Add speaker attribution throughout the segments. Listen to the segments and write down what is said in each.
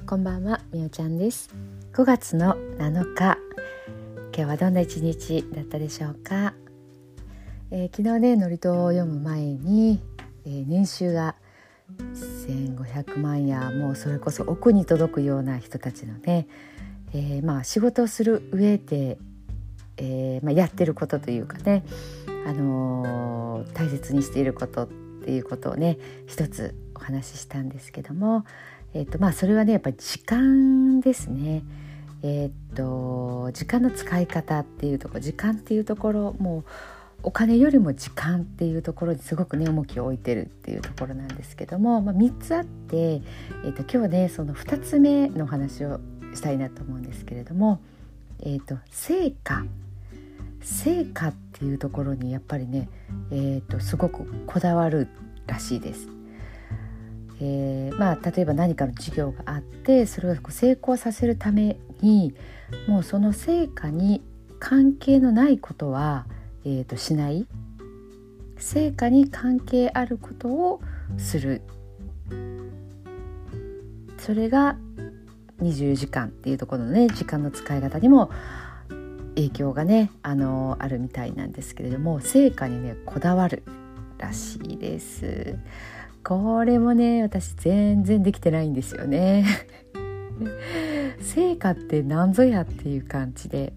Speaker 1: こんばんは、みおちゃんです。5月の7日、今日はどんな一日だったでしょうか。昨日ね、祝詞を読む前に、年収が1500万やもうそれこそ億に届くような人たちのね、仕事をする上で、やってることというかね、大切にしていることっていうことをね一つお話ししたんですけども、それはねやっぱり時間ですね。時間の使い方っていうところ、時間っていうところ、もうお金よりも時間っていうところにすごくね重きを置いてるっていうところなんですけども、3つあって、今日はねその2つ目の話をしたいなと思うんですけれども、成果っていうところにやっぱりね、すごくこだわるらしいです。例えば何かの授業があってそれを成功させるためにもうその成果に関係のないことは、しない、成果に関係あることをする、それが24時間っていうところのね時間の使い方にも影響がねあるみたいなんですけれども、成果にねこだわるらしいです。これもね私全然できてないんですよね成果って何ぞやっていう感じで、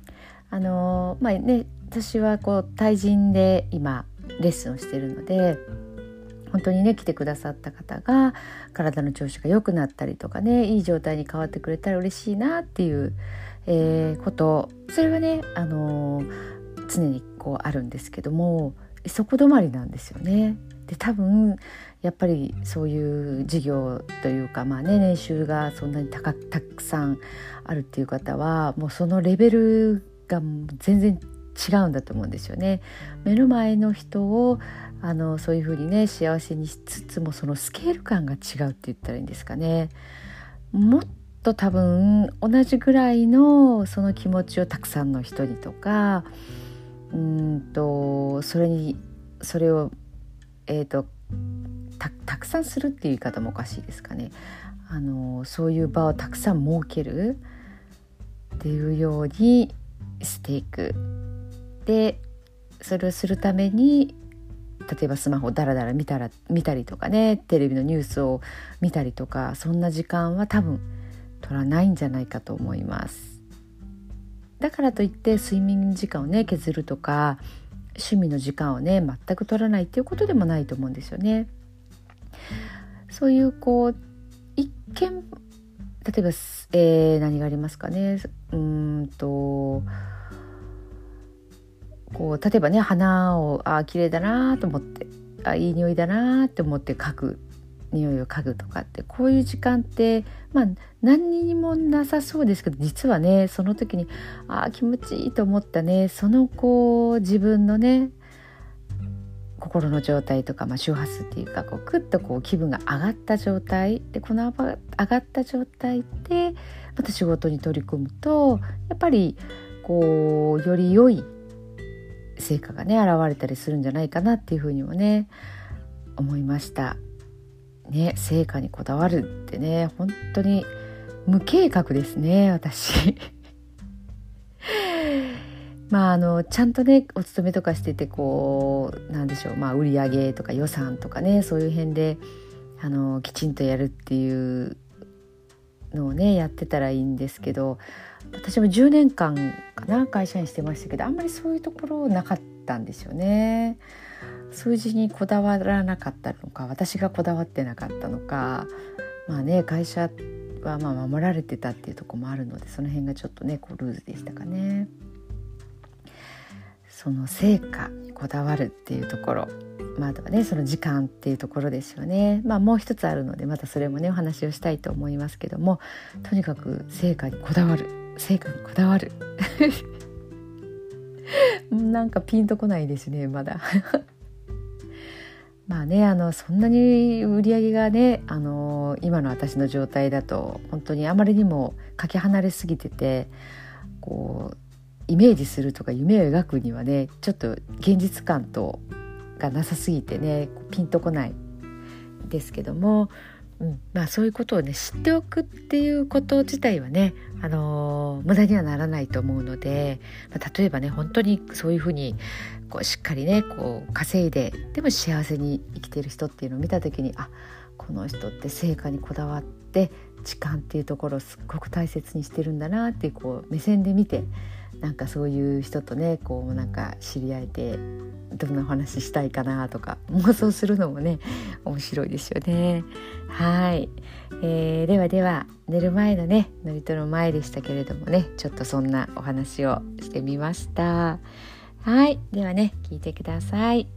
Speaker 1: 私は対人で今レッスンをしているので、本当にね来てくださった方が体の調子が良くなったりとかね、いい状態に変わってくれたら嬉しいなっていう、こと、それはね、常にあるんですけども、そこ止まりなんですよね。で多分やっぱりそういう事業というか、年収がそんなにたくさんあるっていう方はもうそのレベルが全然違うんだと思うんですよね。目の前の人をそういうふうにね幸せにしつつも、そのスケール感が違うって言ったらいいんですかね。もっと多分同じぐらいのその気持ちをたくさんの人にとか、それをたくさんするっていう言い方もおかしいですかね。そういう場をたくさん設けるっていうようにしていく。でそれをするために例えばスマホをダラダラ見たりとかね、テレビのニュースを見たりとか、そんな時間は多分取らないんじゃないかと思います。だからといって睡眠時間をね削るとか、趣味の時間をね全く取らないっていうことでもないと思うんですよね。そういう一見例えば、何がありますかね。例えばね花を綺麗だなと思って、いい匂いだなって思って匂いを嗅ぐとかって、こういう時間って何にもなさそうですけど、実はねその時に気持ちいいと思ったね、その自分のね心の状態とか、周波数っていうかクッと気分が上がった状態で、この上がった状態でまた仕事に取り組むと、やっぱりより良い成果がね現れたりするんじゃないかなっていうふうにもね思いましたね。成果にこだわるってね本当に無計画ですね、私ちゃんとねお勤めとかしててなんでしょう、売り上げとか予算とかね、そういう辺できちんとやるっていうのをねやってたらいいんですけど、私も10年間かな会社員してましたけど、あんまりそういうところなかったんですよね。数字にこだわらなかったのか、私がこだわってなかったのか、会社は守られてたっていうところもあるので、その辺がちょっとねルーズでしたかね。その成果にこだわるっていうところ、あとはねその時間っていうところですよね。もう一つあるのでまたそれもねお話をしたいと思いますけども、とにかく成果にこだわるなんかピンとこないですねまだそんなに売り上げがね今の私の状態だと本当にあまりにもかけ離れすぎてて、イメージするとか夢を描くにはねちょっと現実感がなさすぎてねピンとこないですけども、 そういうことをね知っておくっていうこと自体はね、無駄にはならないと思うので、例えばね本当にそういうふうにしっかりね稼いででも幸せに生きてる人っていうのを見た時に、この人って成果にこだわって時間っていうところをすっごく大切にしてるんだなっていう目線で見て、そういう人とね知り合えてどんなお話したいかなとか妄想するのもね面白いですよね。はい、では寝る前のね祝詞の前でしたけれどもね、ちょっとそんなお話をしてみました。はい、ではね聞いてください。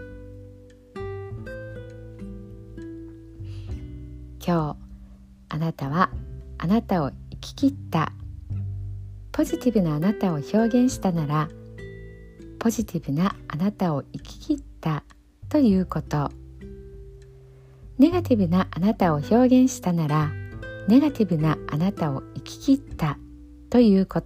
Speaker 1: 今日あなたはあなたを生き切った。ポジティブなあなたを表現したなら、ポジティブなあなたを生き切ったということ。ネガティブなあなたを表現したなら、ネガティブなあなたを生き切ったということ。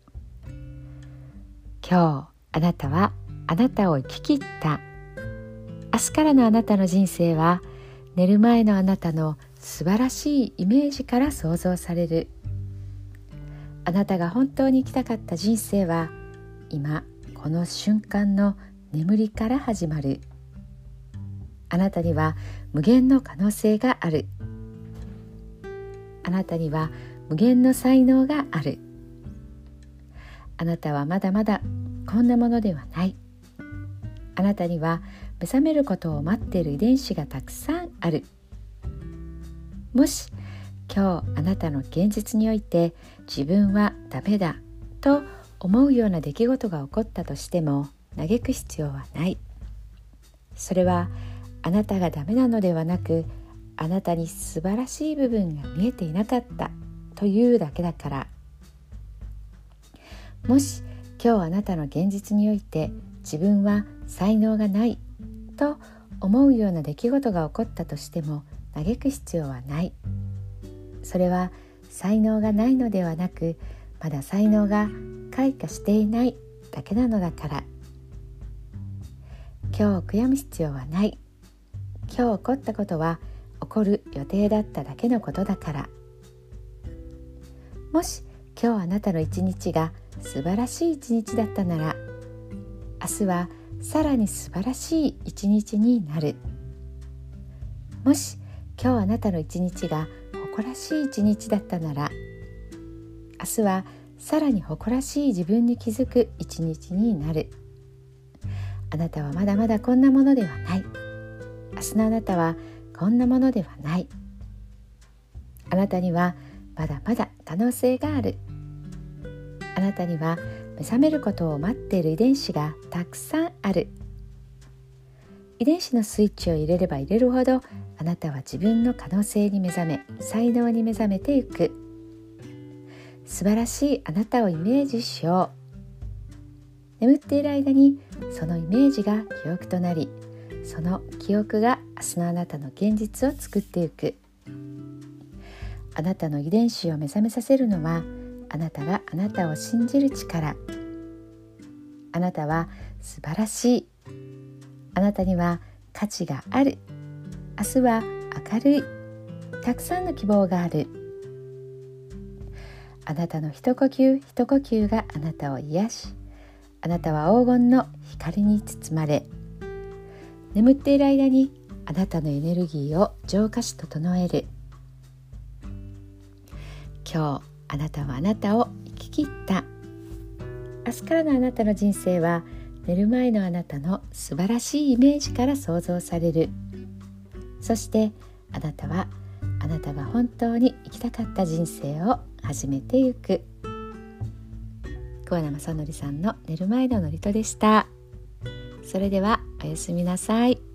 Speaker 1: 今日あなたはあなたを生き切った。明日からのあなたの人生は、寝る前のあなたの素晴らしいイメージから想像される。あなたが本当に生きたかった人生は、今この瞬間の眠りから始まる。あなたには無限の可能性がある。あなたには無限の才能がある。あなたはまだまだこんなものではない。あなたには目覚めることを待っている遺伝子がたくさんある。もし今日あなたの現実において自分はダメだと思うような出来事が起こったとしても、嘆く必要はない。それはあなたがダメなのではなく、あなたに素晴らしい部分が見えていなかったというだけだから。もし今日あなたの現実において自分は才能がないと思うような出来事が起こったとしても、嘆く必要はない。それは才能がないのではなく、まだ才能が開花していないだけなのだから。今日悔やむ必要はない。今日起こったことは起こる予定だっただけのことだから。もし今日あなたの一日が素晴らしい一日だったなら、明日はさらに素晴らしい一日になる。もし今日あなたの一日が誇らしい一日だったなら、明日はさらに誇らしい自分に気づく一日になる。あなたはまだまだこんなものではない。明日のあなたはこんなものではない。あなたにはまだまだ可能性がある。あなたには目覚めることを待っている遺伝子がたくさんある。遺伝子のスイッチを入れれば入れるほど、あなたは自分の可能性に目覚め、才能に目覚めていく。素晴らしいあなたをイメージしよう。眠っている間にそのイメージが記憶となり、その記憶が明日のあなたの現実を作っていく。あなたの遺伝子を目覚めさせるのは、あなたがあなたを信じる力。あなたは素晴らしい。あなたには価値がある。明日は明るい。たくさんの希望がある。あなたの一呼吸一呼吸があなたを癒し、あなたは黄金の光に包まれ、眠っている間にあなたのエネルギーを浄化し整える。今日あなたはあなたを生き切った。明日からのあなたの人生は、寝る前のあなたの素晴らしいイメージから想像される。そしてあなたはあなたが本当に生きたかった人生を始めていく。桑名正則さんの寝る前の祝詞でした。それではおやすみなさい。